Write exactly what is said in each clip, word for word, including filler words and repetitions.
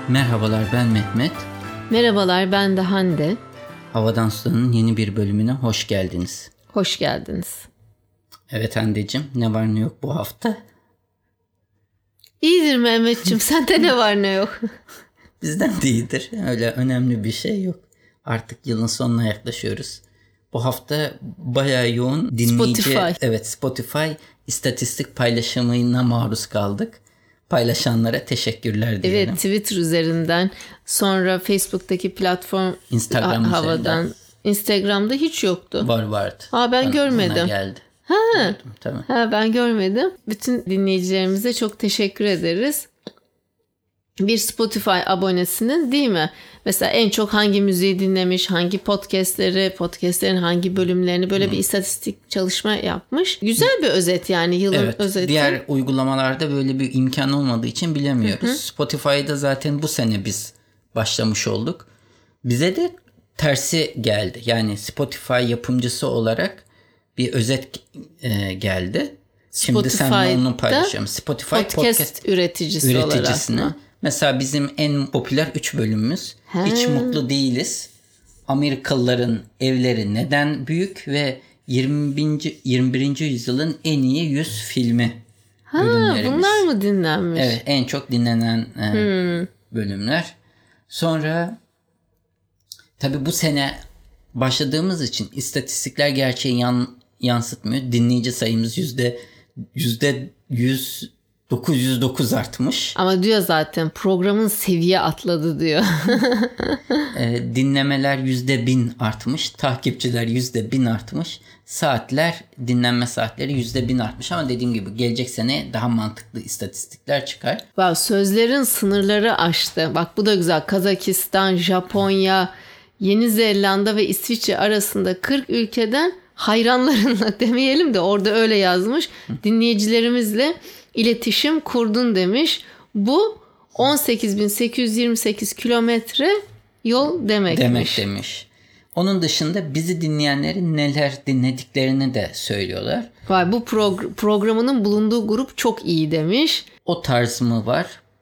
Merhabalar, ben Mehmet. Merhabalar, ben de Hande. Havadan Sudan'ın yeni bir bölümüne hoş geldiniz. Hoş geldiniz. Evet Hande'cim, ne var ne yok bu hafta? İyidir Mehmetciğim, sende ne var ne yok? Bizden de iyidir. Öyle önemli bir şey yok. Artık yılın sonuna yaklaşıyoruz. Bu hafta bayağı yoğun dinleyici... Spotify. Evet, Spotify istatistik paylaşımına maruz kaldık. Paylaşanlara teşekkürler diyelim. Evet, Twitter üzerinden, sonra Facebook'taki platform Instagram ha- havadan. üzerinden. Instagram'da hiç yoktu. Var vardı. Aa ben bana, görmedim. Bana geldi. Ha. Gördüm, tamam. Ha ben görmedim. Bütün dinleyicilerimize çok teşekkür ederiz. Bir Spotify abonesinin değil mi? Mesela en çok hangi müziği dinlemiş, hangi podcastleri, podcastlerin hangi bölümlerini böyle hmm. bir istatistik çalışma yapmış. Güzel bir özet yani yılın evet, özeti. Diğer uygulamalarda böyle bir imkan olmadığı için bilemiyoruz. Hı hı. Spotify'da zaten bu sene biz başlamış olduk. Bize de tersi geldi. Yani Spotify yapımcısı olarak bir özet e, geldi. Şimdi seninle onu paylaşıyorum. Spotify podcast, podcast üreticisi üreticisine. olarak. Mesela bizim en popüler üç bölümümüz. He. Hiç mutlu değiliz. Amerikalıların evleri neden büyük ve yirmi birinci yüzyılın en iyi yüz filmi ha, bölümlerimiz. Bunlar mı dinlenmiş? Evet, en çok dinlenen e, hmm. bölümler. Sonra tabii bu sene başladığımız için istatistikler gerçeği yan, yansıtmıyor. Dinleyici sayımız yüzde yüzde yüz dokuz yüz dokuz artmış. Ama diyor zaten programın seviye atladı diyor. e, dinlemeler yüzde bin artmış. Takipçiler yüzde bin artmış. Saatler, dinlenme saatleri yüzde bin artmış. Ama dediğim gibi gelecek sene daha mantıklı istatistikler çıkar. Wow, sözlerin sınırları aştı. Bak bu da güzel. Kazakistan, Japonya, Yeni Zelanda ve İsviçre arasında kırk ülkeden hayranlarınla demeyelim de orada öyle yazmış. Dinleyicilerimizle iletişim kurdun demiş. Bu on sekiz bin sekiz yüz yirmi sekiz kilometre yol demekmiş. Demek demiş. Onun dışında bizi dinleyenlerin neler dinlediklerini de söylüyorlar. Vay, bu progr- programının bulunduğu grup çok iyi demiş. O tarz mı var?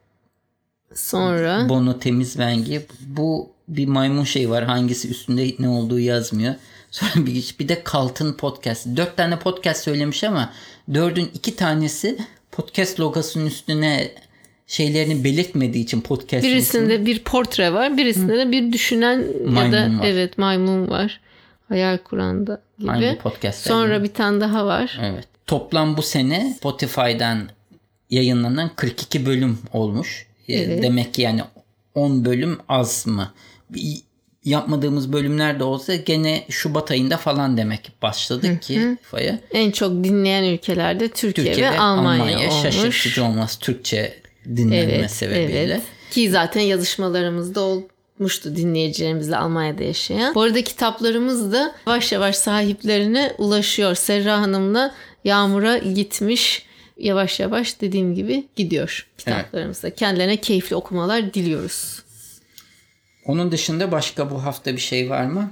Sonra? Bono Temiz Bengi. Bu bir maymun şey var. Hangisi üstünde ne olduğu yazmıyor. Sonra bir, bir de Kaltın Podcast. Dört tane podcast söylemiş ama dördün iki tanesi podcast logosunun üstüne şeylerini belirtmediği için podcast. Birisinde ismi. Bir portre var, birisinde Hı. de bir düşünen maymun ya da var. Evet maymun var. Hayal kuranda gibi. Aynı podcast. Sonra yani. Bir tane daha var. Evet. Toplam bu sene Spotify'dan yayınlanan kırk iki bölüm olmuş. Evet. Demek ki yani on bölüm az mı? Yapmadığımız bölümler de olsa gene Şubat ayında falan demek başladık hı hı. ki Faya. En çok dinleyen ülkelerde Türkiye, Türkiye ve, ve Almanya, Almanya olmuş. Şaşırtıcı olmaz Türkçe dinlenme evet, sebebiyle. Evet. Ki zaten yazışmalarımızda olmuştu dinleyicilerimizle Almanya'da yaşayan. Bu arada kitaplarımız da yavaş yavaş sahiplerine ulaşıyor. Serra Hanım'la Yağmur'a gitmiş. Yavaş yavaş dediğim gibi gidiyor kitaplarımızda. Evet. Kendilerine keyifli okumalar diliyoruz. Onun dışında başka bu hafta bir şey var mı?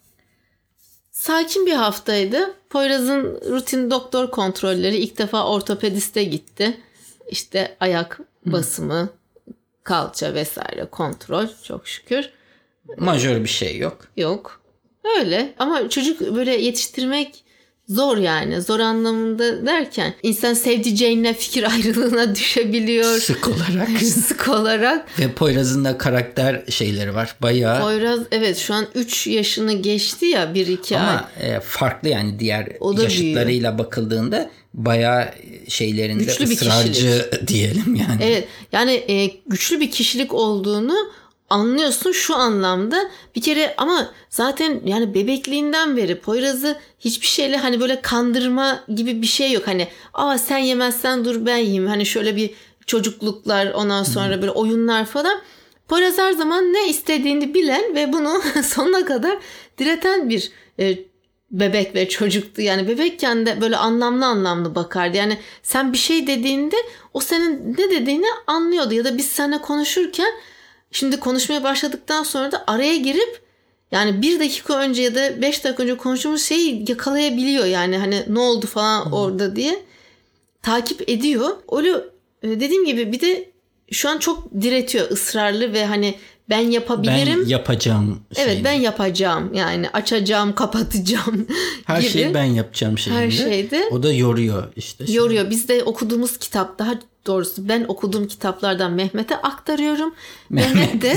Sakin bir haftaydı. Poyraz'ın rutin doktor kontrolleri, ilk defa ortopediste gitti. İşte ayak basımı, Hı. kalça vesaire kontrol çok şükür. Majör bir şey yok. Yok. Öyle ama çocuk böyle yetiştirmek zor yani. Zor anlamında derken insan sevdiceğine fikir ayrılığına düşebiliyor. Sık olarak. Sık olarak. Ve Poyraz'ın da karakter şeyleri var. Bayağı. Poyraz evet şu an üç yaşını geçti ya bir iki ay. Ama e, farklı yani diğer yaşıtlarıyla büyüyor. Bakıldığında bayağı şeylerinde güçlü ısrarcı diyelim yani. Evet yani e, güçlü bir kişilik olduğunu anlıyorsun şu anlamda bir kere ama zaten yani bebekliğinden beri Poyraz'ı hiçbir şeyle hani böyle kandırma gibi bir şey yok. Hani aa sen yemezsen dur ben yiyeyim. Hani şöyle bir çocukluklar ondan sonra hmm. böyle oyunlar falan. Poyraz her zaman ne istediğini bilen ve bunu sonuna kadar direten bir e, bebek ve çocuktu. Yani bebekken de böyle anlamlı anlamlı bakardı. Yani sen bir şey dediğinde o senin ne dediğini anlıyordu ya da biz seninle konuşurken şimdi konuşmaya başladıktan sonra da araya girip yani bir dakika önce ya da beş dakika önce konuştuğumuz şeyi yakalayabiliyor. Yani hani ne oldu falan hmm. orada diye takip ediyor. Öyle dediğim gibi bir de şu an çok diretiyor, ısrarlı ve hani ben yapabilirim. Ben yapacağım. Evet şeyini. ben yapacağım yani açacağım, kapatacağım Her gibi. şeyi ben yapacağım şeyinde. Her şeyde. O da yoruyor işte. Şimdi. Yoruyor. Biz de okuduğumuz kitap, daha doğrusu ben okuduğum kitaplardan Mehmet'e aktarıyorum. Mehmet, Mehmet de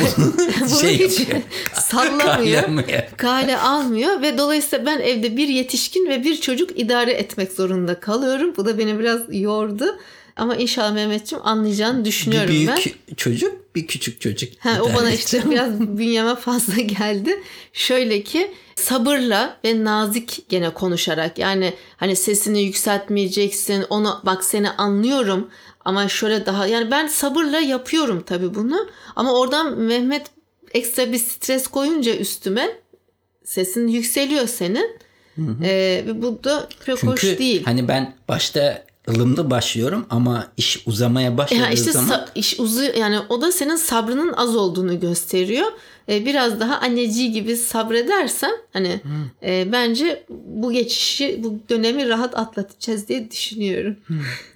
bunu şey hiç sallamıyor. Kale, kale almıyor ve dolayısıyla ben evde bir yetişkin ve bir çocuk idare etmek zorunda kalıyorum. Bu da beni biraz yordu. Ama inşallah Mehmetciğim anlayacağını düşünüyorum ben. Bir büyük ben. çocuk, bir küçük çocuk. Ha, o bana işte biraz bünyeme fazla geldi. Şöyle ki sabırla ve nazik gene konuşarak, yani hani sesini yükseltmeyeceksin. Onu bak seni anlıyorum ama şöyle daha, yani ben sabırla yapıyorum tabii bunu. Ama oradan Mehmet ekstra bir stres koyunca üstüme sesin yükseliyor senin. Hı hı. Ee, ve bu da pek Çünkü hoş değil. Hani ben başta ılımlı başlıyorum ama iş uzamaya başladığı yani işte zaman sa- iş uzuyor, yani o da senin sabrının az olduğunu gösteriyor. Ee, biraz daha anneciği gibi sabredersen hani hmm. e, bence bu geçişi, bu dönemi rahat atlatacağız diye düşünüyorum. Hmm.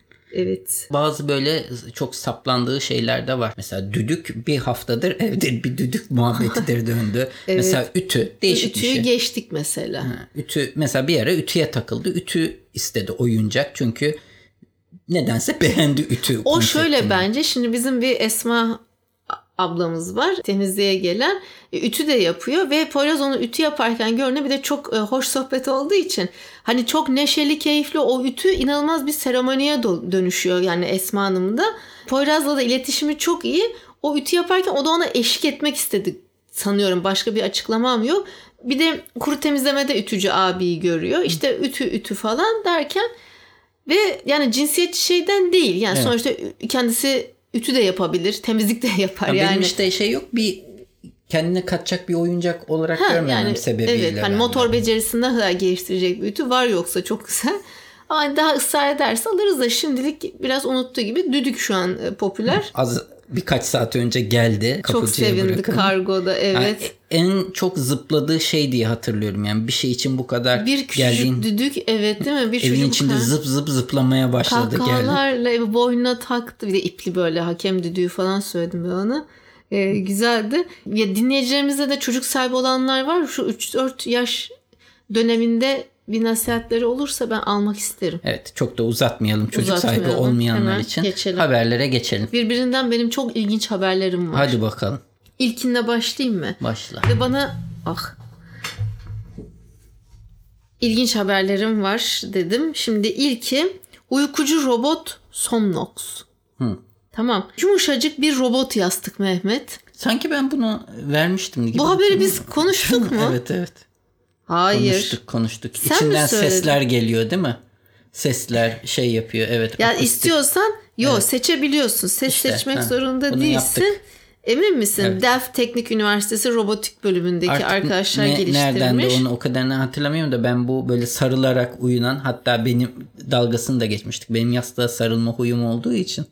Evet. Bazı böyle çok saplandığı şeyler de var. Mesela düdük bir haftadır evde bir düdük muhabbetidir döndü. Evet. Mesela ütü değişik Ütüyü bir şey. geçtik mesela. Ha, ütü mesela bir ara ütüye takıldı. Ütü istedi oyuncak çünkü nedense beğendi ütü. O şöyle bence şimdi bizim bir Esma ablamız var temizliğe gelen, ütü de yapıyor ve Poyraz onu ütü yaparken görünüyor. Bir de çok hoş sohbet olduğu için hani çok neşeli, keyifli, o ütü inanılmaz bir seremoniye dönüşüyor yani Esma Hanım'da. Poyraz'la da iletişimi çok iyi. O ütü yaparken o da ona eşlik etmek istedi sanıyorum, başka bir açıklamam yok. Bir de kuru temizlemede ütücü abiyi görüyor. İşte ütü ütü falan derken ve yani cinsiyetçi şeyden değil yani evet. Sonuçta kendisi ütü de yapabilir, temizlik de yapar ya yani. Benim işte şey yok, bir kendine katacak bir oyuncak olarak ha, görmemem yani, sebebiyle. Evet, hani motor becerisinden kadar geliştirecek bir ütü var, yoksa çok güzel. Ama daha ısrar ederse alırız da şimdilik biraz unuttuğu gibi düdük şu an popüler. Az birkaç saat önce geldi. Çok sevindi bırakın. Kargoda evet. Yani en çok zıpladığı şey diye hatırlıyorum yani bir şey için bu kadar bir küçük geldiğin, düdük evet değil mi? Bir evin içinde ha. zıp zıp zıplamaya başladı. Kahkahalarla evi boynuna taktı, bir de ipli böyle hakem düdüğü falan söyledim ben ona. Ee, güzeldi. Ya dinleyicilerimizde de çocuk sahibi olanlar var. Şu üç dört yaş döneminde bir nasihatleri olursa ben almak isterim. Evet, çok da uzatmayalım çocuk uzatmayalım. sahibi olmayanlar Hemen için. Geçelim. Haberlere geçelim. Birbirinden benim çok ilginç haberlerim var. Hadi bakalım. İlkinde başlayayım mı? Başla. Ve bana ah ilginç haberlerim var dedim. Şimdi ilki uykucu robot Somnox. Hı. Tamam. Yumuşacık bir robot yastık Mehmet. Sanki ben bunu vermiştim gibi. Bu haberi biz konuştuk mu? Evet evet. Hayır. Konuştuk konuştuk. Sen İçinden sesler geliyor değil mi? Sesler şey yapıyor evet. Ya akustik. İstiyorsan yo evet. Seçebiliyorsun. Ses işte, seçmek ha, zorunda değilsin. Yaptık. Emin misin? Evet. Delft Teknik Üniversitesi robotik bölümündeki artık arkadaşlar ne, geliştirmiş. Nereden de onu o kadarını hatırlamıyorum da ben bu böyle sarılarak uyunan, hatta benim dalgasını da geçmiştik. Benim yastığa sarılma huyum olduğu için.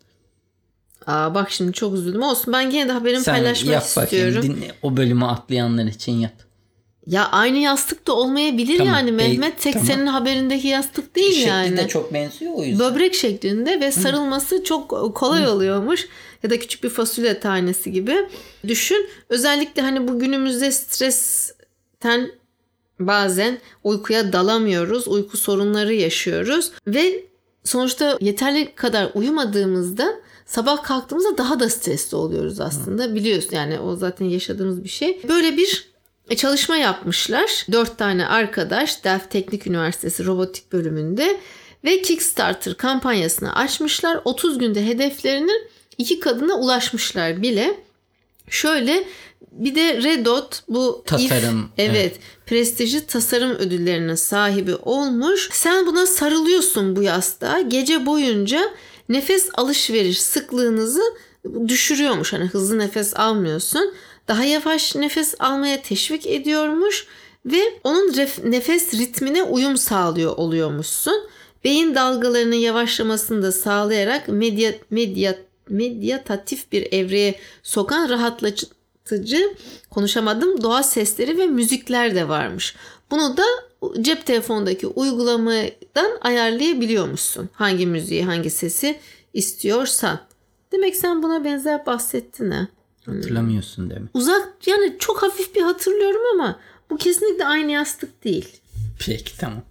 Aa bak şimdi çok üzüldüm. Olsun, ben yine de haberimi Sen paylaşmak yap istiyorum. Bakayım, dinle, o bölümü atlayanlar için yap. Ya aynı yastık da olmayabilir tamam, yani Mehmet. Tek tamam. Senin haberindeki yastık değil şekli yani. Şekli de çok benziyor o yüzden. Böbrek şeklinde ve sarılması Hı. çok kolay Hı. oluyormuş. Ya da küçük bir fasulye tanesi gibi. Düşün. Özellikle hani bu günümüzde stresten bazen uykuya dalamıyoruz. Uyku sorunları yaşıyoruz. Ve sonuçta yeterli kadar uyumadığımızda sabah kalktığımızda daha da stresli oluyoruz aslında. Hı. Biliyorsun yani o zaten yaşadığımız bir şey. Böyle bir çalışma yapmışlar. Dört tane arkadaş Delft Teknik Üniversitesi robotik bölümünde ve Kickstarter kampanyasını açmışlar. otuz günde hedeflerinin iki katına ulaşmışlar bile. Şöyle bir de Red Dot bu tasarım if, evet, evet prestijli tasarım ödüllerinin sahibi olmuş. Sen buna sarılıyorsun bu yastığa. Gece boyunca nefes alışveriş sıklığınızı düşürüyormuş. Hani hızlı nefes almıyorsun. Daha yavaş nefes almaya teşvik ediyormuş ve onun ref- nefes ritmine uyum sağlıyor oluyormuşsun. Beyin dalgalarının yavaşlamasını da sağlayarak medya, medya, meditatif bir evreye sokan rahatlatıcı, konuşamadım, doğa sesleri ve müzikler de varmış. Bunu da cep telefonundaki uygulamadan ayarlayabiliyormuşsun. Hangi müziği, hangi sesi istiyorsan. Demek sen buna benzer bahsettin ha. Hatırlamıyorsun demek. Uzak yani çok hafif bir hatırlıyorum ama bu kesinlikle aynı yastık değil. Peki tamam.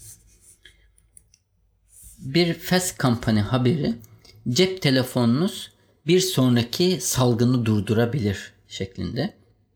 Bir Fast Company haberi, cep telefonunuz bir sonraki salgını durdurabilir şeklinde.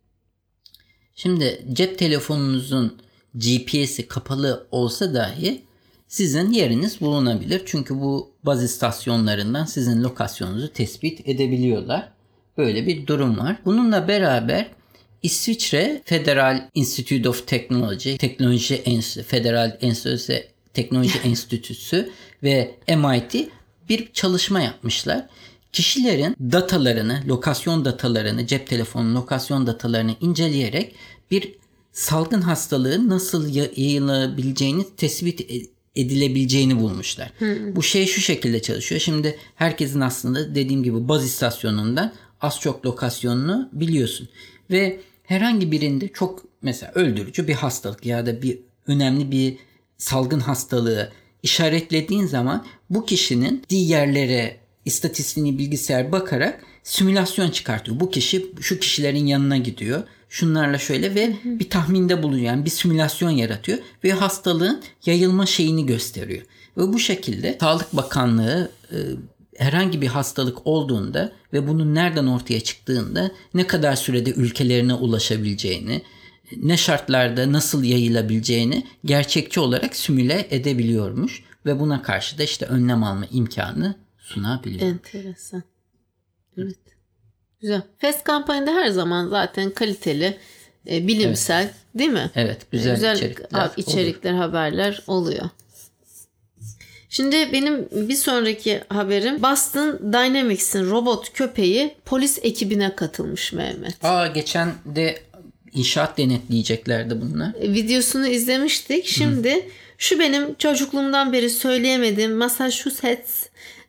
Şimdi cep telefonunuzun G P S'i kapalı olsa dahi sizin yeriniz bulunabilir. Çünkü bu baz istasyonlarından sizin lokasyonunuzu tespit edebiliyorlar. Böyle bir durum var. Bununla beraber İsviçre Federal Institute of Technology, Teknoloji Enstitüsü, Federal Enstitüsü, Teknoloji Enstitüsü ve M I T bir çalışma yapmışlar. Kişilerin datalarını, lokasyon datalarını, cep telefonu lokasyon datalarını inceleyerek bir salgın hastalığı nasıl yayılabileceğini tespit edilebileceğini bulmuşlar. Hmm. Bu şey şu şekilde çalışıyor. Şimdi herkesin aslında dediğim gibi baz istasyonundan az çok lokasyonunu biliyorsun. Ve herhangi birinde çok mesela öldürücü bir hastalık ya da bir önemli bir salgın hastalığı işaretlediğin zaman bu kişinin diğerlere istatistiğini bilgisayar bakarak simülasyon çıkartıyor. Bu kişi şu kişilerin yanına gidiyor. Şunlarla şöyle ve bir tahminde bulunuyor. Yani bir simülasyon yaratıyor ve hastalığın yayılma şeyini gösteriyor. Ve bu şekilde Sağlık Bakanlığı e, herhangi bir hastalık olduğunda ve bunun nereden ortaya çıktığında ne kadar sürede ülkelerine ulaşabileceğini, ne şartlarda nasıl yayılabileceğini gerçekçi olarak simüle edebiliyormuş ve buna karşı da işte önlem alma imkanı sunabiliyor. Enteresan. Evet. Güzel. Fast Company'de her zaman zaten kaliteli, e, bilimsel, evet. Değil mi? Evet, güzel, güzel içerikler, içerikler olur. Haberler oluyor. Şimdi benim bir sonraki haberim Boston Dynamics'in robot köpeği polis ekibine katılmış Mehmet. Aa geçen de inşaat denetleyeceklerdi bunlar. Videosunu izlemiştik. Şimdi Hı. şu benim çocukluğumdan beri söyleyemediğim Massachusetts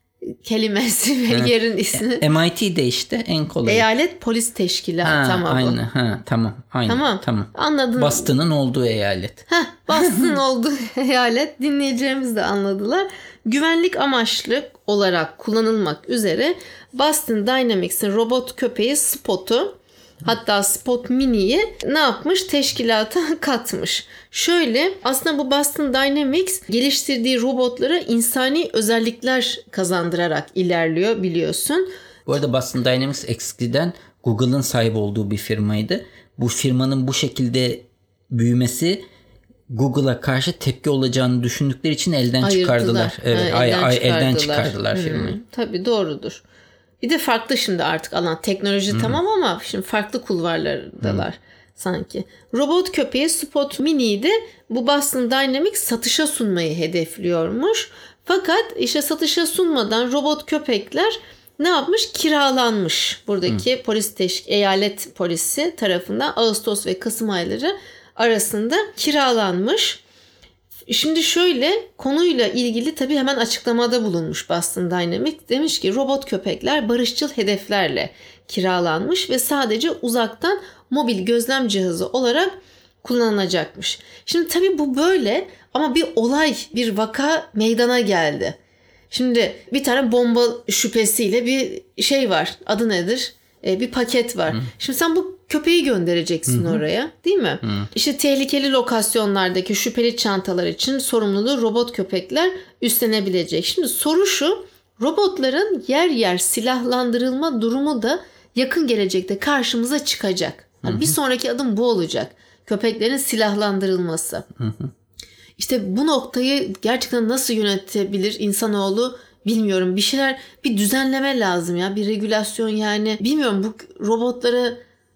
kelimesi ve ha. yerin ismi. M I T'de işte en kolay. Eyalet Polis Teşkilatı ama bu. Aynı. Ha, tamam. Aynı. Tamam. Tamam. Anladın. Boston'ın olduğu eyalet. Heh, Boston'ın olduğu eyalet. Dinleyicilerimiz de anladılar. Güvenlik amaçlı olarak kullanılmak üzere Boston Dynamics'in robot köpeği Spot'u, hatta Spot Mini'yi ne yapmış? Teşkilata katmış. Şöyle, aslında bu Boston Dynamics geliştirdiği robotlara insani özellikler kazandırarak ilerliyor biliyorsun. Bu arada Boston Dynamics eskiden Google'ın sahip olduğu bir firmaydı. Bu firmanın bu şekilde büyümesi Google'a karşı tepki olacağını düşündükleri için elden Ayırdılar. çıkardılar. Evet, ha, elden, ay, ay, çıkardılar. elden çıkardılar firmayı. Hmm, tabii doğrudur. Bir de farklı şimdi artık alan teknoloji hmm. tamam ama şimdi farklı kulvarlardalar hmm. sanki. Robot köpeği Spot Mini'yi de bu Boston Dynamics satışa sunmayı hedefliyormuş. Fakat işte satışa sunmadan robot köpekler ne yapmış? Kiralanmış. Buradaki hmm. polis teşk- eyalet polisi tarafından Ağustos ve Kasım ayları arasında kiralanmış. Şimdi şöyle konuyla ilgili tabii hemen açıklamada bulunmuş Boston Dynamics. Demiş ki robot köpekler barışçıl hedeflerle kiralanmış ve sadece uzaktan mobil gözlem cihazı olarak kullanılacakmış. Şimdi tabii bu böyle ama bir olay, bir vaka meydana geldi. Şimdi bir tane bomba şüphesiyle bir şey var. Adı nedir? Ee, bir paket var. Hı. Şimdi sen bu köpeği göndereceksin Hı-hı. oraya, değil mi? Hı. İşte tehlikeli lokasyonlardaki şüpheli çantalar için sorumluluğu robot köpekler üstlenebilecek. Şimdi soru şu, robotların yer yer silahlandırılma durumu da yakın gelecekte karşımıza çıkacak. Yani bir sonraki adım bu olacak. Köpeklerin silahlandırılması. Hı-hı. İşte bu noktayı gerçekten nasıl yönetebilir insanoğlu bilmiyorum. Bir şeyler, bir düzenleme lazım ya, bir regülasyon yani. Bilmiyorum, bu robotlara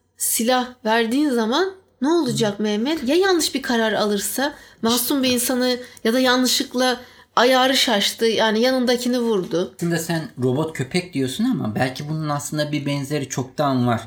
silah verdiğin zaman ne olacak Mehmet? Ya yanlış bir karar alırsa, masum bir insanı ya da yanlışlıkla ayarı şaştı, yani yanındakini vurdu. Aslında sen robot köpek diyorsun ama belki bunun aslında bir benzeri çoktan var.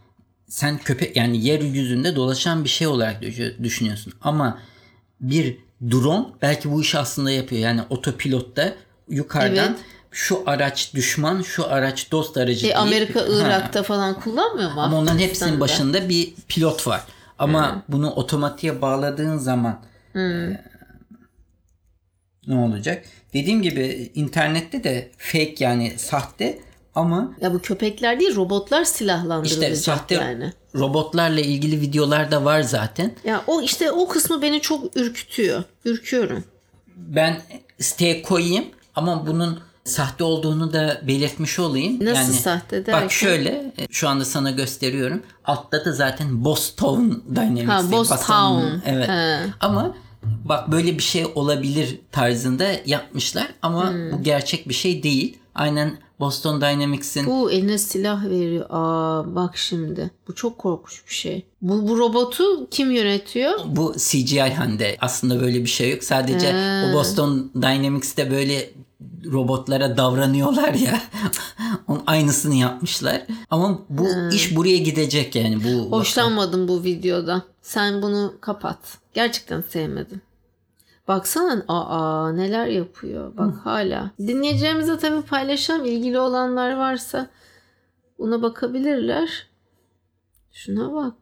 Sen köpek, yani yeryüzünde dolaşan bir şey olarak düşünüyorsun ama bir drone belki bu işi aslında yapıyor. Yani otopilotta yukarıdan evet. şu araç düşman, şu araç dost aracı e, Amerika, Irak'ta ha. falan kullanmıyor mu? Ama onların hepsinin başında bir pilot var. Ama hmm. bunu otomatiğe bağladığın zaman hmm. e, ne olacak? Dediğim gibi internette de fake, yani sahte Ama ya bu köpekler değil, robotlar silahlandırılacak işte sahte yani. robotlarla ilgili videolar da var zaten. Ya o işte o kısmı beni çok ürkütüyor. Ürküyorum. Ben siteye koyayım ama bunun sahte olduğunu da belirtmiş olayım. Nasıl yani, sahte derken? Bak şöyle, şu anda sana gösteriyorum. Altta da zaten Boston Dynamics. Ha, Boston. Evet. Ha. Ama bak böyle bir şey olabilir tarzında yapmışlar ama hmm. bu gerçek bir şey değil. Aynen Boston Dynamics'in. Bu eline silah veriyor. Aa bak şimdi. Bu çok korkunç bir şey. Bu, bu robotu kim yönetiyor? Bu C G I Hande. Aslında böyle bir şey yok. Sadece He. o Boston Dynamics'te böyle robotlara davranıyorlar ya. Onun aynısını yapmışlar. Ama bu He. iş buraya gidecek yani. Bu Hoşlanmadım bu videoda. Sen bunu kapat. Gerçekten sevmedim. Baksana aa neler yapıyor. Bak Hı. hala. Dinleyeceğimize tabii paylaşalım. İlgili olanlar varsa buna bakabilirler. Şuna bak.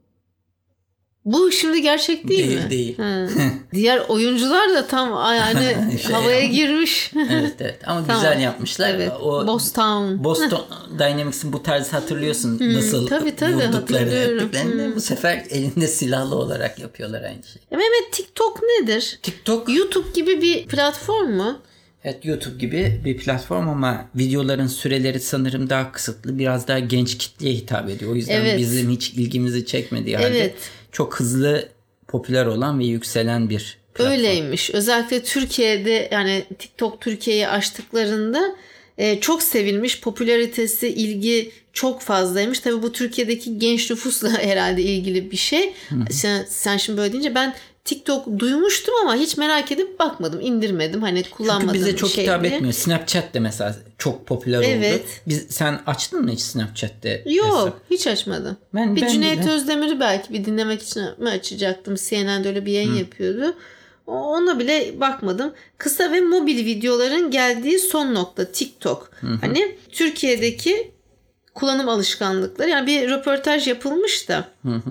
Bu şimdi gerçek değil, değil mi? Değil değil. Diğer oyuncular da tam yani şey havaya yapmış. Girmiş. Evet evet ama tamam. Güzel yapmışlar. Evet. O Boston. Boston Dynamics'in bu tarzı hatırlıyorsun. Hmm, nasıl tabii, tabii, vurduklarını. Bu sefer elinde silahlı olarak yapıyorlar aynı şeyi. Ya Mehmet, TikTok nedir? TikTok YouTube gibi bir platform mu? Evet, YouTube gibi bir platform ama videoların süreleri sanırım daha kısıtlı. Biraz daha genç kitleye hitap ediyor. O yüzden evet. bizim hiç ilgimizi çekmediği halde evet. çok hızlı popüler olan ve yükselen bir platform. Öyleymiş. Özellikle Türkiye'de, yani TikTok Türkiye'yi açtıklarında e, çok sevilmiş. Popülaritesi, ilgi çok fazlaymış. Tabii bu Türkiye'deki genç nüfusla herhalde ilgili bir şey. Sen, sen şimdi böyle deyince ben TikTok duymuştum ama hiç merak edip bakmadım, indirmedim. Hani kullanmadım. Çünkü bize çok şey hitap diye. etmiyor. Snapchat de mesela çok popüler evet. oldu. Biz, sen açtın mı hiç Snapchat'te? Yok, hesap? Hiç açmadım. Ben, bir ben Cüneyt de... Özdemir'i belki bir dinlemek için mi açacaktım? C N N'de öyle bir yayın Hı. yapıyordu. Ona bile bakmadım. Kısa ve mobil videoların geldiği son nokta TikTok. Hı hı. Hani Türkiye'deki kullanım alışkanlıkları. Yani bir röportaj yapılmış da. Hı hı.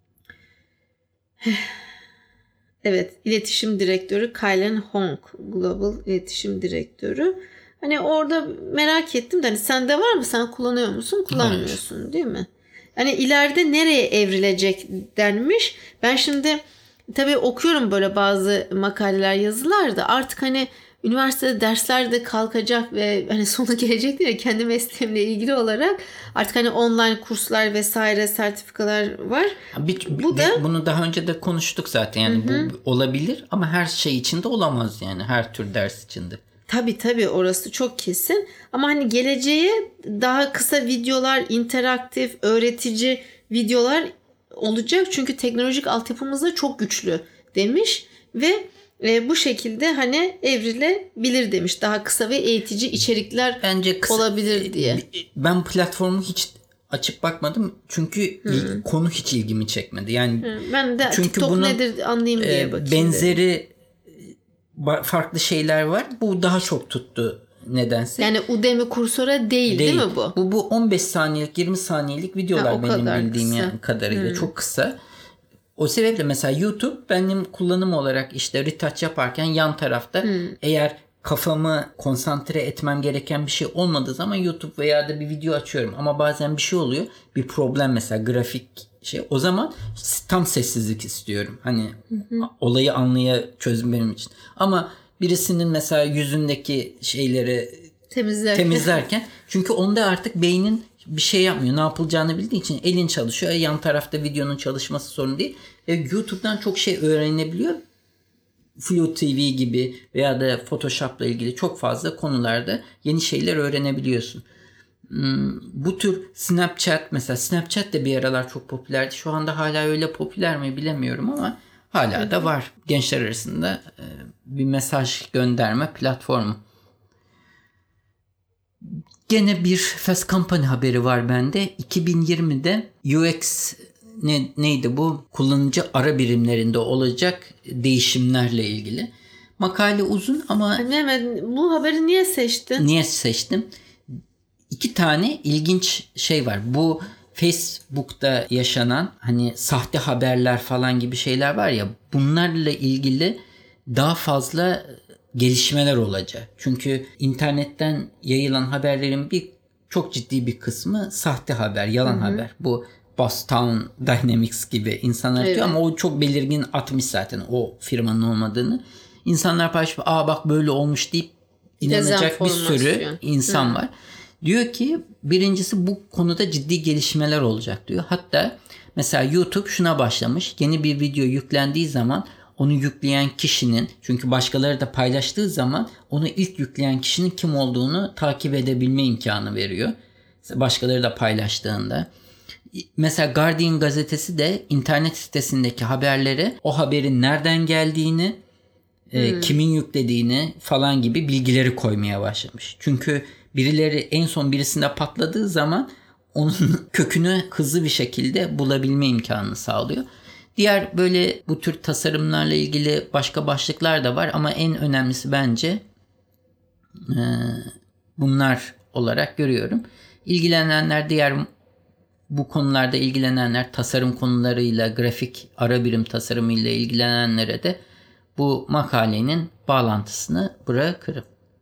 Evet, iletişim direktörü Kylen Hong, Global iletişim direktörü. Hani orada merak ettim de hani sende var mı? Sen kullanıyor musun? Kullanmıyorsun Hayır. değil mi? Hani ileride nereye evrilecek denmiş. Ben şimdi tabii okuyorum böyle bazı makaleler, yazılar da artık hani üniversitede dersler de kalkacak ve hani sonu gelecek diye kendi mesleğimle ilgili olarak artık hani online kurslar vesaire, sertifikalar var. Bir, bu bir, da bunu daha önce de konuştuk zaten. Yani hı-hı. bu olabilir ama her şey içinde olamaz yani, her tür ders içinde. Tabii tabii, orası çok kesin. Ama hani geleceğe daha kısa videolar, interaktif, öğretici videolar olacak. Çünkü teknolojik altyapımız da çok güçlü demiş ve e, bu şekilde hani evrilebilir demiş. Daha kısa ve eğitici içerikler Bence kısa, olabilir diye. Ben platformu hiç açıp bakmadım çünkü hmm. konu hiç ilgimi çekmedi. Yani hmm. ben de çünkü TikTok bunun, nedir anlayayım diye e, bakayım. Benzeri dedim. Farklı şeyler var. Bu daha çok tuttu nedense. Yani Udemy, Coursera değil, değil değil mi bu? Bu bu on beş saniyelik, yirmi saniyelik videolar ha, benim bildiğim kısa. kadarıyla hmm. çok kısa. O sebeple mesela YouTube benim kullanım olarak işte retouch yaparken yan tarafta hmm. eğer kafamı konsantre etmem gereken bir şey olmadığı zaman YouTube veya da bir video açıyorum. Ama bazen bir şey oluyor. Bir problem mesela, grafik şey. O zaman tam sessizlik istiyorum. Hani hı hı. olayı anlaya çözüm benim için. Ama birisinin mesela yüzündeki şeyleri temizlerken, temizlerken çünkü onda artık beynin bir şey yapmıyor. Ne yapılacağını bildiği için elin çalışıyor. Yan tarafta videonun çalışması sorun değil. E, YouTube'dan çok şey öğrenebiliyor. Flu T V gibi veya da Photoshop'la ilgili çok fazla konularda yeni şeyler öğrenebiliyorsun. Hmm, bu tür Snapchat mesela, Snapchat de bir aralar çok popülerdi. Şu anda hala öyle popüler mi bilemiyorum ama hala Hı-hı. da var. Gençler arasında e, bir mesaj gönderme platformu. Gene bir Fast Company haberi var bende. iki bin yirmide U X ne, neydi bu? Kullanıcı ara birimlerinde olacak değişimlerle ilgili. Makale uzun ama... Mehmet, bu haberi niye seçtin? Niye seçtim? İki tane ilginç şey var. Bu Facebook'ta yaşanan hani sahte haberler falan gibi şeyler var ya, bunlarla ilgili daha fazla gelişmeler olacak. Çünkü internetten yayılan haberlerin bir çok ciddi bir kısmı sahte haber, yalan Hı-hı. haber. Bu Boston Dynamics gibi insanlar evet. diyor ama o çok belirgin atmış zaten o firmanın olmadığını. İnsanlar paylaşıp aa bak böyle olmuş deyip inanacak bir sürü insan Hı. var. Diyor ki birincisi bu konuda ciddi gelişmeler olacak diyor. Hatta mesela YouTube şuna başlamış. Yeni bir video yüklendiği zaman onu yükleyen kişinin, çünkü başkaları da paylaştığı zaman onu ilk yükleyen kişinin kim olduğunu takip edebilme imkanı veriyor. Başkaları da paylaştığında. Mesela Guardian gazetesi de internet sitesindeki haberlere o haberin nereden geldiğini, hmm. e, kimin yüklediğini falan gibi bilgileri koymaya başlamış. Çünkü birileri en son birisinde patladığı zaman onun kökünü hızlı bir şekilde bulabilme imkanını sağlıyor. Diğer böyle bu tür tasarımlarla ilgili başka başlıklar da var ama en önemlisi bence e, bunlar olarak görüyorum. İlgilenenler, diğer bu konularda ilgilenenler, tasarım konularıyla, grafik ara birim tasarımıyla ilgilenenlere de bu makalenin bağlantısını bırakırım.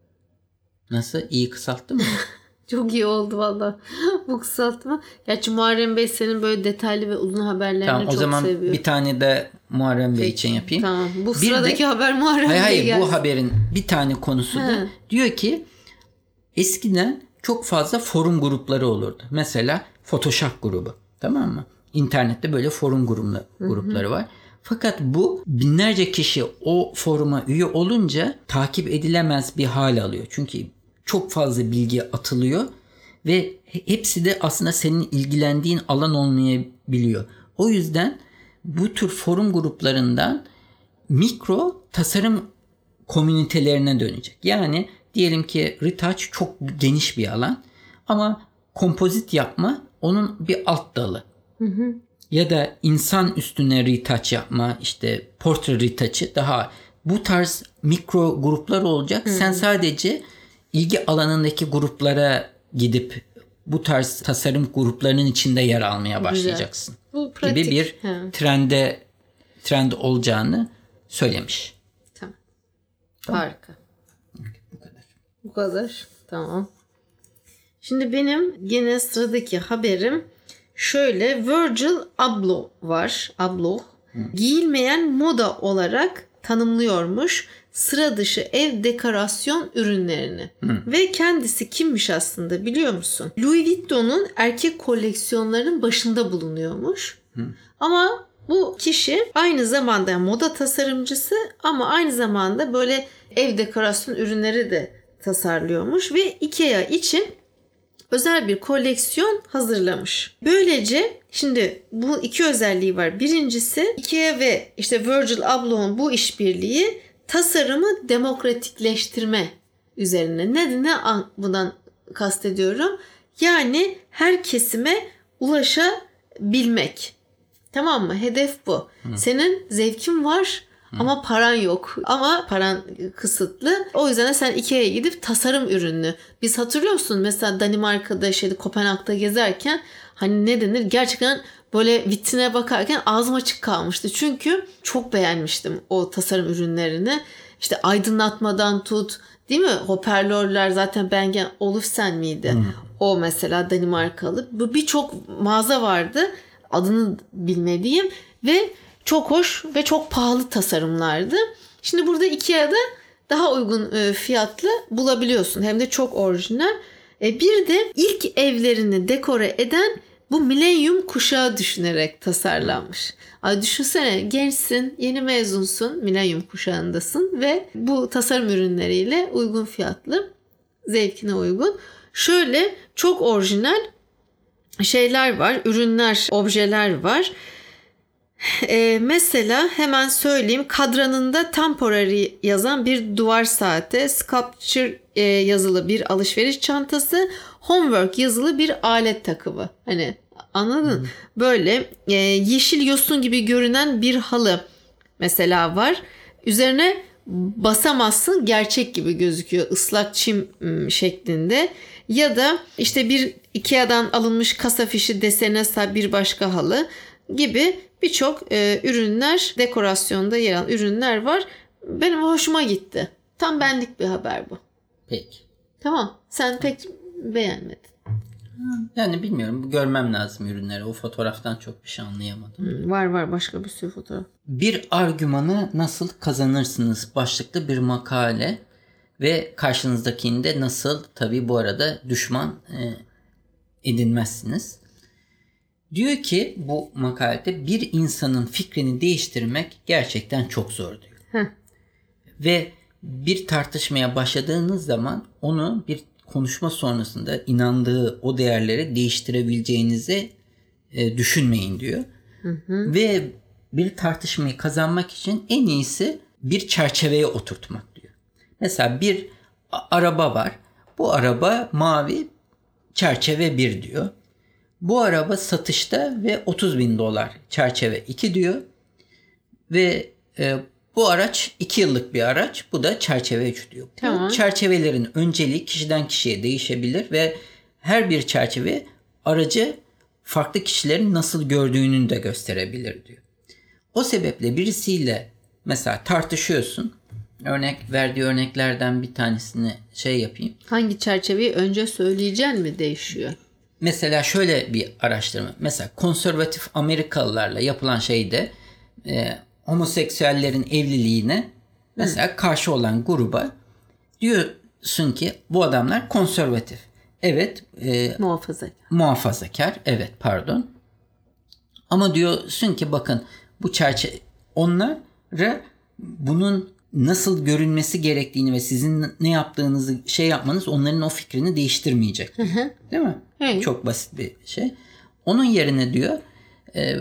Nasıl? İyi kısalttı mı? Çok iyi oldu valla bu kısaltma. Gerçi Muharrem Bey senin böyle detaylı ve uzun haberlerini tamam, çok seviyor. O zaman seviyor. Bir tane de Muharrem Bey için yapayım. Tamam. Bu bir sıradaki de, haber Muharrem Bey Hayır gelsin. Bu haberin bir tane konusu da He. diyor ki eskiden çok fazla forum grupları olurdu. Mesela Photoshop grubu. Tamam mı? İnternette böyle forum grupları, grupları var. Fakat bu binlerce kişi o foruma üye olunca takip edilemez bir hal alıyor. Çünkü çok fazla bilgi atılıyor ve hepsi de aslında senin ilgilendiğin alan olmayabiliyor. O yüzden bu tür forum gruplarından mikro tasarım komünitelerine dönecek. Yani diyelim ki retouch çok geniş bir alan ama kompozit yapma onun bir alt dalı. Hı hı. Ya da insan üstüne retouch yapma, işte portre retouch'ı daha bu tarz mikro gruplar olacak. Hı. Sen sadece ilgi alanındaki gruplara gidip bu tarz tasarım gruplarının içinde yer almaya başlayacaksın. Bu pratik. Gibi bir He. trende trend olacağını söylemiş. Tamam. tamam. Harika. Bu kadar. Bu kadar. Tamam. Şimdi benim yine sıradaki haberim şöyle. Virgil Abloh var. Abloh. Hı. Giyilmeyen moda olarak tanımlıyormuş sıra dışı ev dekorasyon ürünlerini. Hı. Ve kendisi kimmiş aslında biliyor musun? Louis Vuitton'un erkek koleksiyonlarının başında bulunuyormuş. Hı. Ama bu kişi aynı zamanda yani moda tasarımcısı ama aynı zamanda böyle ev dekorasyon ürünleri de tasarlıyormuş ve IKEA için özel bir koleksiyon hazırlamış. Böylece şimdi bu iki özelliği var. Birincisi IKEA ve işte Virgil Abloh'un bu işbirliği tasarımı demokratikleştirme üzerine. Ne, ne bundan kastediyorum? Yani her kesime ulaşabilmek. Tamam mı? Hedef bu. Hı. Senin zevkin var Hı. ama paran yok. Ama paran kısıtlı. O yüzden de sen IKEA'ya gidip tasarım ürünü. Biz hatırlıyor musun? Mesela Danimarka'da şeyde Kopenhag'da gezerken hani ne denir? Gerçekten böyle vitrine bakarken ağzım açık kalmıştı. Çünkü çok beğenmiştim o tasarım ürünlerini. İşte aydınlatmadan tut, değil mi? Hoparlörler zaten Bang and Olufsen miydi? Hmm. O mesela Danimarkalı. Bu birçok mağaza vardı. Adını bilmediğim ve çok hoş ve çok pahalı tasarımlardı. Şimdi burada IKEA'da daha uygun fiyatlı bulabiliyorsun. Hem de çok orijinal. Bir de ilk evlerini dekore eden bu milenyum kuşağı düşünerek tasarlanmış. Ay düşünsene gençsin, yeni mezunsun, milenyum kuşağındasın ve bu tasarım ürünleriyle uygun fiyatlı, zevkine uygun. Şöyle çok orijinal şeyler var, ürünler, objeler var. Ee, mesela hemen söyleyeyim, kadranında temporary yazan bir duvar saati, sculpture e, yazılı bir alışveriş çantası, homework yazılı bir alet takımı. Hani anladın? Hmm. Böyle e, yeşil yosun gibi görünen bir halı mesela var. Üzerine basamazsın, gerçek gibi gözüküyor, ıslak çim şeklinde. Ya da işte bir IKEA'dan alınmış kasa fişi desene sahip bir başka halı gibi birçok e, ürünler, dekorasyonda yer alan ürünler var. Benim hoşuma gitti. Tam benlik bir haber bu. Peki. Tamam. Sen pek beğenmedin. Yani bilmiyorum. Görmem lazım ürünleri. O fotoğraftan çok bir şey anlayamadım. Hmm, var var başka bir sürü fotoğraf. Bir argümanı nasıl kazanırsınız başlıklı bir makale ve karşınızdakini de nasıl tabii bu arada düşman e, edinmezsiniz. Diyor ki bu makalede bir insanın fikrini değiştirmek gerçekten çok zor diyor. Heh. Ve bir tartışmaya başladığınız zaman onu bir konuşma sonrasında inandığı o değerleri değiştirebileceğinizi e, düşünmeyin diyor. Hı hı. Ve bir tartışmayı kazanmak için en iyisi bir çerçeveye oturtmak diyor. Mesela bir araba var. Bu araba mavi, çerçeve bir diyor. Bu araba satışta ve otuz bin dolar, çerçeve iki diyor. Ve e, bu araç iki yıllık bir araç. Bu da çerçeve üç diyor. Tamam. Bu çerçevelerin önceliği kişiden kişiye değişebilir ve her bir çerçeve aracı farklı kişilerin nasıl gördüğünü de gösterebilir diyor. O sebeple birisiyle mesela tartışıyorsun. Örnek verdiği örneklerden bir tanesini şey yapayım. Hangi çerçeveyi önce söyleyeceksin mi değişiyor? Mesela şöyle bir araştırma. Mesela konservatif Amerikalılarla yapılan şeyde e, homoseksüellerin evliliğine mesela Hı. karşı olan gruba diyorsun ki bu adamlar konservatif. Evet. E, muhafazakar. Muhafazakar. Evet pardon. Ama diyorsun ki bakın bu çerçeve onlara bunun nasıl görünmesi gerektiğini ve sizin ne yaptığınızı şey yapmanız onların o fikrini değiştirmeyecek. Hı hı. Değil mi? Hı. Çok basit bir şey. Onun yerine diyor e,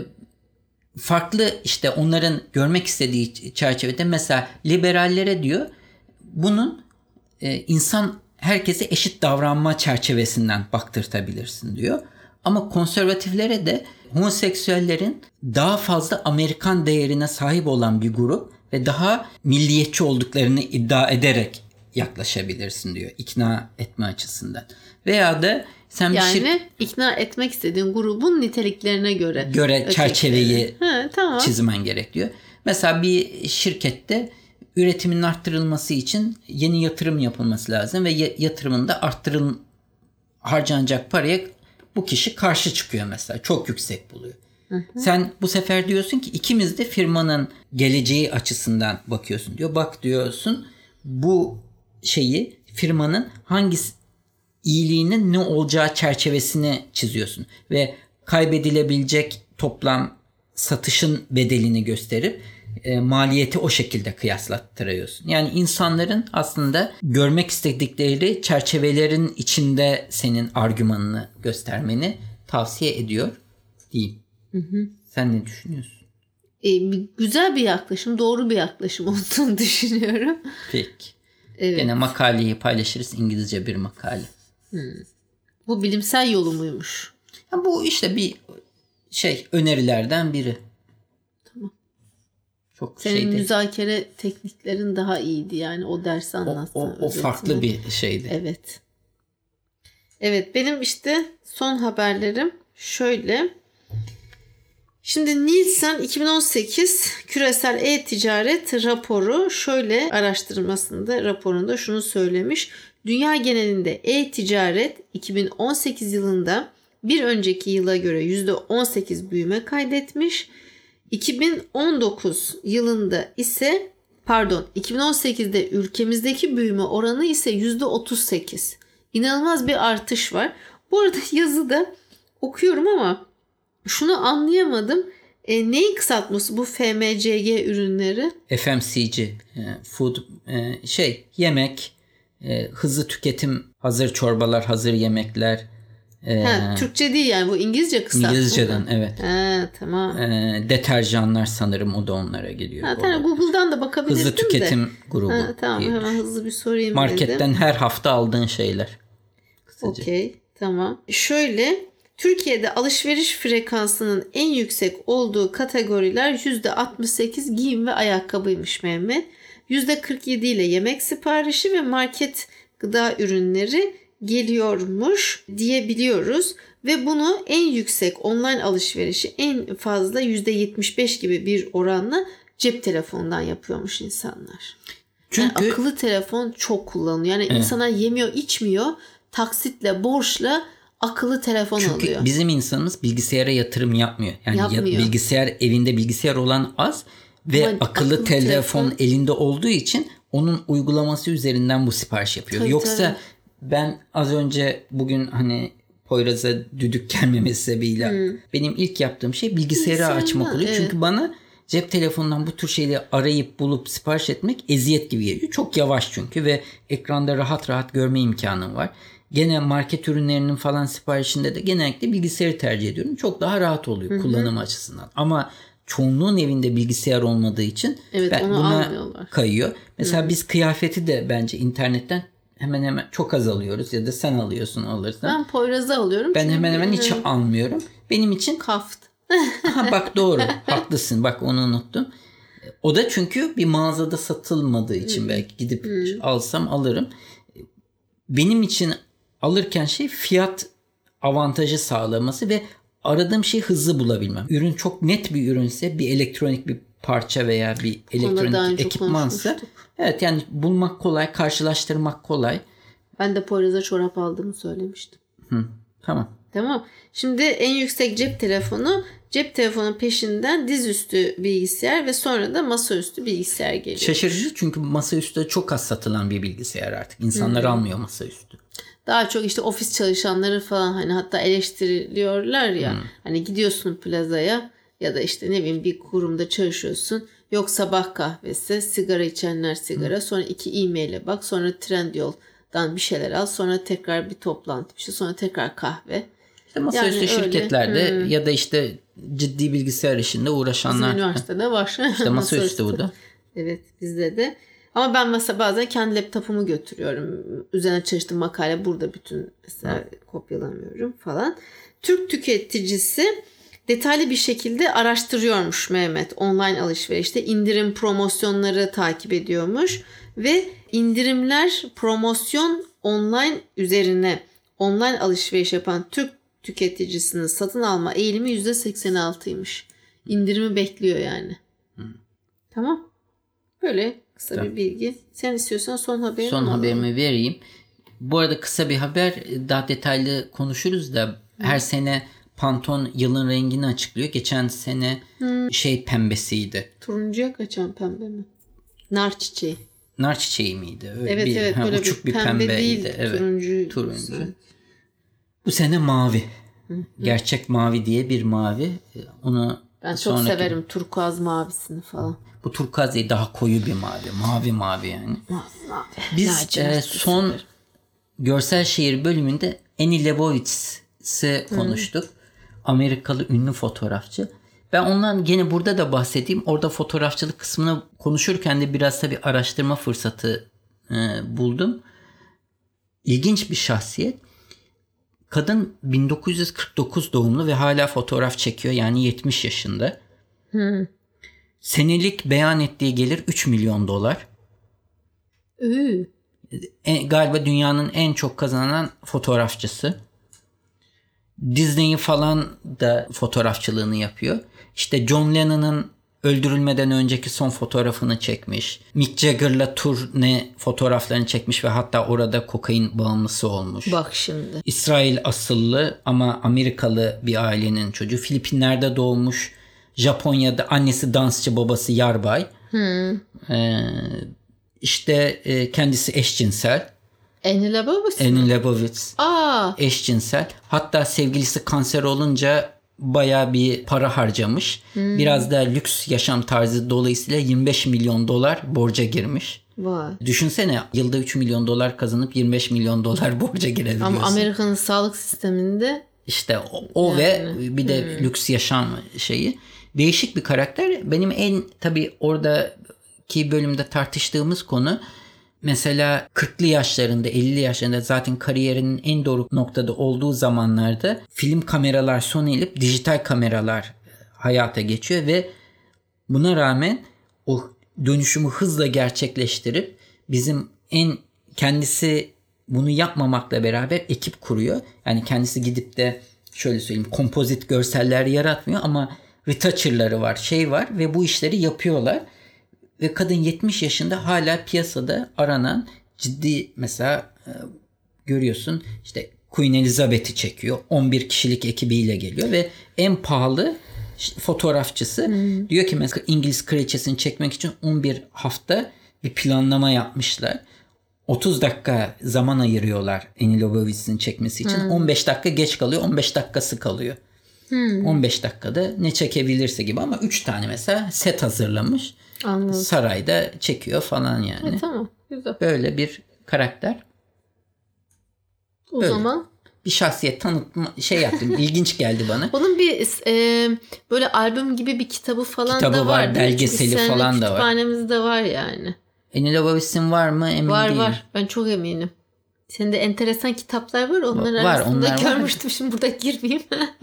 farklı işte onların görmek istediği çerçevede mesela liberallere diyor bunun e, insan herkese eşit davranma çerçevesinden baktırtabilirsin diyor. Ama konservatiflere de homoseksüellerin daha fazla Amerikan değerine sahip olan bir grup ve daha milliyetçi olduklarını iddia ederek yaklaşabilirsin diyor. İkna etme açısından. Veya da sen yani bir şir- ikna etmek istediğin grubun niteliklerine göre göre çerçeveyi ha, tamam. çizmen gerek diyor. Mesela bir şirkette üretimin arttırılması için yeni yatırım yapılması lazım ve yatırımın da arttırıl harcanacak paraya bu kişi karşı çıkıyor mesela. Çok yüksek buluyor. Hı hı. Sen bu sefer diyorsun ki ikimiz de firmanın geleceği açısından bakıyorsun diyor. Bak diyorsun bu şeyi firmanın hangisi iyiliğinin ne olacağı çerçevesini çiziyorsun. Ve kaybedilebilecek toplam satışın bedelini gösterip e, maliyeti o şekilde kıyaslattırıyorsun. Yani insanların aslında görmek istedikleri çerçevelerin içinde senin argümanını göstermeni tavsiye ediyor diyeyim. Hı hı. Sen ne düşünüyorsun? E, güzel bir yaklaşım, doğru bir yaklaşım olduğunu düşünüyorum. Peki. Evet. Gene makaleyi paylaşırız. İngilizce bir makale. Hmm. Bu bilimsel yolu muymuş? Ya bu işte bir şey önerilerden biri. Tamam. Çok Senin şeydi. müzakere tekniklerin daha iyiydi yani o dersi anlatsın. O, o, o farklı bir şeydi. Evet. Evet benim işte son haberlerim şöyle. Şimdi Nielsen iki bin on sekiz küresel e-ticaret raporu şöyle araştırmasında raporunda şunu söylemiş. Dünya genelinde e-ticaret iki bin on sekiz yılında bir önceki yıla göre yüzde on sekiz büyüme kaydetmiş. iki bin on dokuz yılında ise pardon iki bin on sekizde ülkemizdeki büyüme oranı ise yüzde otuz sekiz. İnanılmaz bir artış var. Bu arada yazıda okuyorum ama şunu anlayamadım. E, neyin kısaltması bu F M C G ürünleri? F M C G, food şey yemek, hızlı tüketim, hazır çorbalar, hazır yemekler. Ha, Türkçe değil yani bu İngilizce kısaltma. İngilizceden evet. Ha, tamam. E, deterjanlar sanırım o da onlara geliyor. Ha, tamam Google'dan da bakabilirsin hızlı tüketim de. grubu. Ha, tamam diyedir. Hemen hızlı bir sorayım Marketten dedim. her hafta aldığın şeyler. Okey tamam. Şöyle Türkiye'de alışveriş frekansının en yüksek olduğu kategoriler yüzde altmış sekiz giyim ve ayakkabıymış Mehmet. yüzde kırk yedi ile yemek siparişi ve market gıda ürünleri geliyormuş diyebiliyoruz. Ve bunu en yüksek online alışverişi en fazla yüzde yetmiş beş gibi bir oranla cep telefonundan yapıyormuş insanlar. Çünkü yani akıllı telefon çok kullanılıyor. Yani evet. insanlar yemiyor içmiyor taksitle borçla akıllı telefon Çünkü oluyor. Çünkü bizim insanımız bilgisayara yatırım yapmıyor. Yani yapmıyor. Ya, bilgisayar evinde bilgisayar olan az ve Ama akıllı, akıllı telefon, telefon elinde olduğu için onun uygulaması üzerinden bu sipariş yapıyor. Tabii, Yoksa tabii. ben az önce bugün hani Poyraz'a düdük gelmemesi sebebiyle hmm. benim ilk yaptığım şey bilgisayarı Bilgisayar açmak oluyor. Evet. Çünkü bana cep telefonundan bu tür şeyleri arayıp bulup sipariş etmek eziyet gibi geliyor. Çok yavaş çünkü ve ekranda rahat rahat görme imkanım var. Gene market ürünlerinin falan siparişinde de genellikle bilgisayarı tercih ediyorum. Çok daha rahat oluyor Hı-hı. kullanım açısından. Ama çoğunluğun evinde bilgisayar olmadığı için evet, ben buna almıyorlar. Kayıyor. Mesela Hı-hı. biz kıyafeti de bence internetten hemen hemen çok az alıyoruz ya da sen alıyorsun alırsan. Ben Poyraz'ı alıyorum. Ben hemen hemen hiç almıyorum. Benim için kaft. Ha, bak doğru haklısın bak onu unuttum. O da çünkü bir mağazada satılmadığı için hmm. belki gidip hmm. alsam alırım. Benim için alırken şey fiyat avantajı sağlaması ve aradığım şeyi hızlı bulabilmem. Ürün çok net bir ürünse bir elektronik bir parça veya bir elektronik ekipmansa evet yani bulmak kolay, karşılaştırmak kolay. Ben de Poyraz'a çorap aldığımı söylemiştim. Hı, tamam. Tamam. Şimdi en yüksek cep telefonu, cep telefonu peşinden dizüstü bilgisayar ve sonra da masaüstü bilgisayar geliyor. Şaşırıcı çünkü masaüstü çok az satılan bir bilgisayar artık. İnsanlar hmm. almıyor masaüstü. Daha çok işte ofis çalışanları falan hani hatta eleştiriliyorlar ya. Hmm. Hani gidiyorsun plazaya ya da işte ne bileyim bir kurumda çalışıyorsun. Yok sabah kahvesi, sigara içenler sigara, hmm. sonra iki e-mail'e bak, sonra Trendyol'dan bir şeyler al, sonra tekrar bir toplantı bir şey, sonra tekrar kahve. İşte masaüstü yani şirketlerde hmm. ya da işte ciddi bilgisayar işinde uğraşanlar. Bizim üniversitede var. İşte masaüstü bu da. Evet bizde de. Ama ben mesela bazen kendi laptopumu götürüyorum. Üzerine çalıştığım makale burada bütün mesela hmm. kopyalamıyorum falan. Türk tüketicisi detaylı bir şekilde araştırıyormuş Mehmet. Online alışverişte indirim promosyonları takip ediyormuş. Ve indirimler promosyon online üzerine online alışveriş yapan Türk tüketicisinin satın alma eğilimi yüzde seksen altıymış. İndirimi bekliyor yani. Hmm. Tamam. Böyle kısa tamam. bir bilgi. Sen istiyorsan son haberini Son alalım. haberimi vereyim. Bu arada kısa bir haber, daha detaylı konuşuruz da hmm. her sene Pantone yılın rengini açıklıyor. Geçen sene hmm. şey pembesiydi. Turuncuya kaçan pembe mi? Nar çiçeği. Nar çiçeği miydi? Öyle evet bir, evet ha, böyle uçuk bir pembe, pembe değil. Evet, turuncu. Turuncu. Bu sene mavi. Hı hı. Gerçek mavi diye bir mavi. Onu ben çok sonraki... severim turkuaz mavisini falan. Bu turkuaz değil, daha koyu bir mavi. Mavi mavi yani. Mavi mavi. Biz e, son severim. Görsel şehir bölümünde Annie Leibovitz'i konuştuk. Hı. Amerikalı ünlü fotoğrafçı. Ben ondan gene burada da bahsedeyim. Orada fotoğrafçılık kısmını konuşurken de biraz tabii araştırma fırsatı e, buldum. İlginç bir şahsiyet. Kadın bin dokuz yüz kırk dokuz doğumlu ve hala fotoğraf çekiyor. Yani yetmiş yaşında. Hmm. Senelik beyan ettiği gelir üç milyon dolar. Üü. E, galiba dünyanın en çok kazanan fotoğrafçısı. Disney'i falan da fotoğrafçılığını yapıyor. İşte John Lennon'ın öldürülmeden önceki son fotoğrafını çekmiş. Mick Jagger'la turne fotoğraflarını çekmiş ve hatta orada kokain bağımlısı olmuş. Bak şimdi. İsrail asıllı ama Amerikalı bir ailenin çocuğu. Filipinler'de doğmuş. Japonya'da annesi dansçı, babası yarbay. Hmm. Ee, işte e, kendisi eşcinsel. Annie Leibovitz mi? Annie Leibovitz. Aa. Eşcinsel. Hatta sevgilisi kanser olunca bayağı bir para harcamış. Hmm. Biraz da lüks yaşam tarzı dolayısıyla yirmi beş milyon dolar borca girmiş. Vay. Düşünsene yılda üç milyon dolar kazanıp yirmi beş milyon dolar borca girebiliyorsun. Ama Amerika'nın sağlık sisteminde işte o, o yani. Ve bir de hmm. lüks yaşam şeyi. Değişik bir karakter. Benim en tabii oradaki bölümde tartıştığımız konu mesela kırklı yaşlarında, elli yaşlarında zaten kariyerinin en doğru noktada olduğu zamanlarda film kameralar sona erip dijital kameralar hayata geçiyor ve buna rağmen o dönüşümü hızla gerçekleştirip bizim en kendisi bunu yapmamakla beraber ekip kuruyor. Yani kendisi gidip de şöyle söyleyeyim kompozit görseller yaratmıyor ama retoucher'ları var, şey var ve bu işleri yapıyorlar. Ve kadın yetmiş yaşında hala piyasada aranan ciddi mesela e, görüyorsun işte Queen Elizabeth'i çekiyor. on bir kişilik ekibiyle geliyor ve en pahalı fotoğrafçısı hmm. diyor ki mesela İngiliz kraliçesini çekmek için on bir hafta bir planlama yapmışlar. otuz dakika zaman ayırıyorlar Annie Leibovitz'in çekmesi için. Hmm. on beş dakika geç kalıyor, on beş dakikası kalıyor. Hmm. on beş dakikada ne çekebilirse gibi ama üç tane mesela set hazırlamış. Anladım. Sarayda çekiyor falan yani. E, tamam, güzel. Böyle bir karakter. O Öyle. zaman bir şahsiyet tanıtma şey yaptım. İlginç geldi bana. Onun bir e, böyle albüm gibi bir kitabı falan kitabı da var. var, belgeseli falan da var. Kütüphanemizde var yani. Annie Leibovitz'in var mı emin var, değilim. Var var. Ben çok eminim. Senin de enteresan kitaplar var. Onların var, arasında onlar görmüştüm. Var. Şimdi burada girmeyeyim.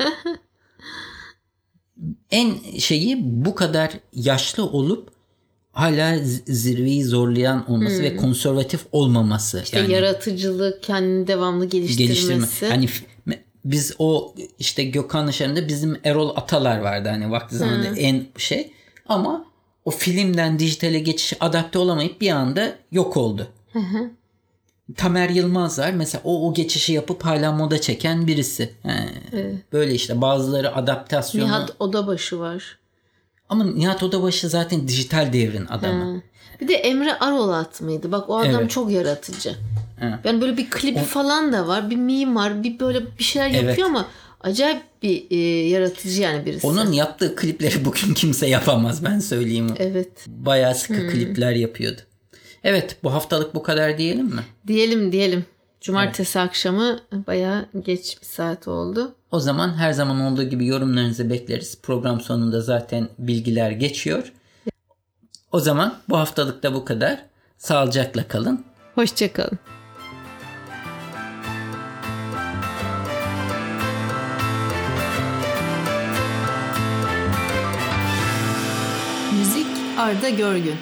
En şeyi bu kadar yaşlı olup hala zirveyi zorlayan olması hmm. ve konservatif olmaması. İşte yani, yaratıcılık, kendini devamlı geliştirmesi. Geliştirme. Hani biz o işte Gökhan Işarı'nda bizim Erol Atalar vardı hani vakti zamanında hmm. en şey ama o filmden dijitale geçiş adapte olamayıp bir anda yok oldu. Hı hı. Tamer Yılmaz var. Mesela o o geçişi yapıp hala moda çeken birisi. Yani evet. Böyle işte bazıları adaptasyonu. Nihat Odabaşı var. Ama Nihat Odabaşı zaten dijital devrin adamı. Ha. Bir de Emre Arolat mıydı? Bak o adam evet. çok yaratıcı. Evet. Yani böyle bir klibi o... falan da var. Bir mimar, bir böyle bir şeyler yapıyor evet. ama acayip bir e, yaratıcı yani birisi. Onun yaptığı klipleri bugün kimse yapamaz ben söyleyeyim. Evet. Bayağı sıkı hmm. klipler yapıyordu. Evet, bu haftalık bu kadar diyelim mi? Diyelim diyelim. Cumartesi evet. akşamı bayağı geç bir saat oldu. O zaman her zaman olduğu gibi yorumlarınızı bekleriz. Program sonunda zaten bilgiler geçiyor. O zaman bu haftalık da bu kadar. Sağlıcakla kalın. Hoşça kalın. Müzik Arda Görgün.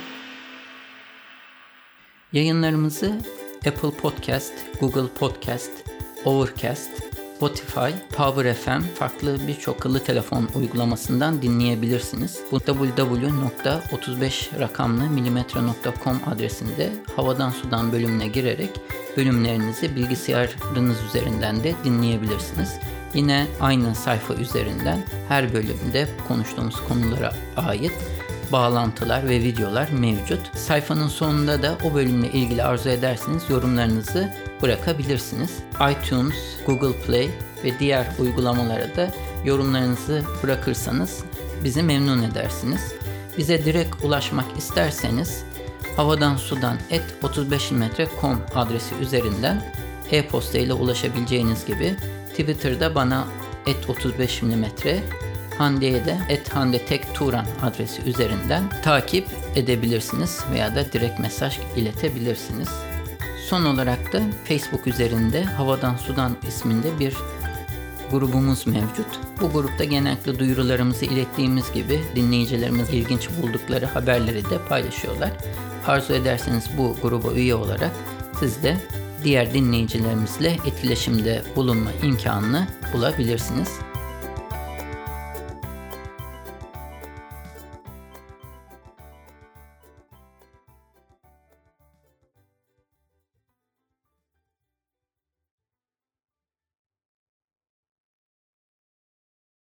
Yayınlarımızı Apple Podcast, Google Podcast, Overcast, Spotify, Power F M farklı birçok akıllı telefon uygulamasından dinleyebilirsiniz. Bu double-u double-u double-u nokta otuz beş rakamlı milimetre nokta com adresinde Havadan Sudan bölümüne girerek bölümlerinizi bilgisayarınız üzerinden de dinleyebilirsiniz. Yine aynı sayfa üzerinden her bölümde konuştuğumuz konulara ait bağlantılar ve videolar mevcut. Sayfanın sonunda da o bölümle ilgili arzu ederseniz yorumlarınızı bırakabilirsiniz. iTunes, Google Play ve diğer uygulamalara da yorumlarınızı bırakırsanız bizi memnun edersiniz. Bize direkt ulaşmak isterseniz havadan sudan at otuz beş milimetre nokta com adresi üzerinden e-posta ile ulaşabileceğiniz gibi Twitter'da bana at otuz beş milimetre Hande'ye de at Hande Tek Turan adresi üzerinden takip edebilirsiniz veya da direkt mesaj iletebilirsiniz. Son olarak da Facebook üzerinde Havadan Sudan isminde bir grubumuz mevcut. Bu grupta genellikle duyurularımızı ilettiğimiz gibi dinleyicilerimiz ilginç buldukları haberleri de paylaşıyorlar. Arzu ederseniz bu gruba üye olarak siz de diğer dinleyicilerimizle etkileşimde bulunma imkanını bulabilirsiniz.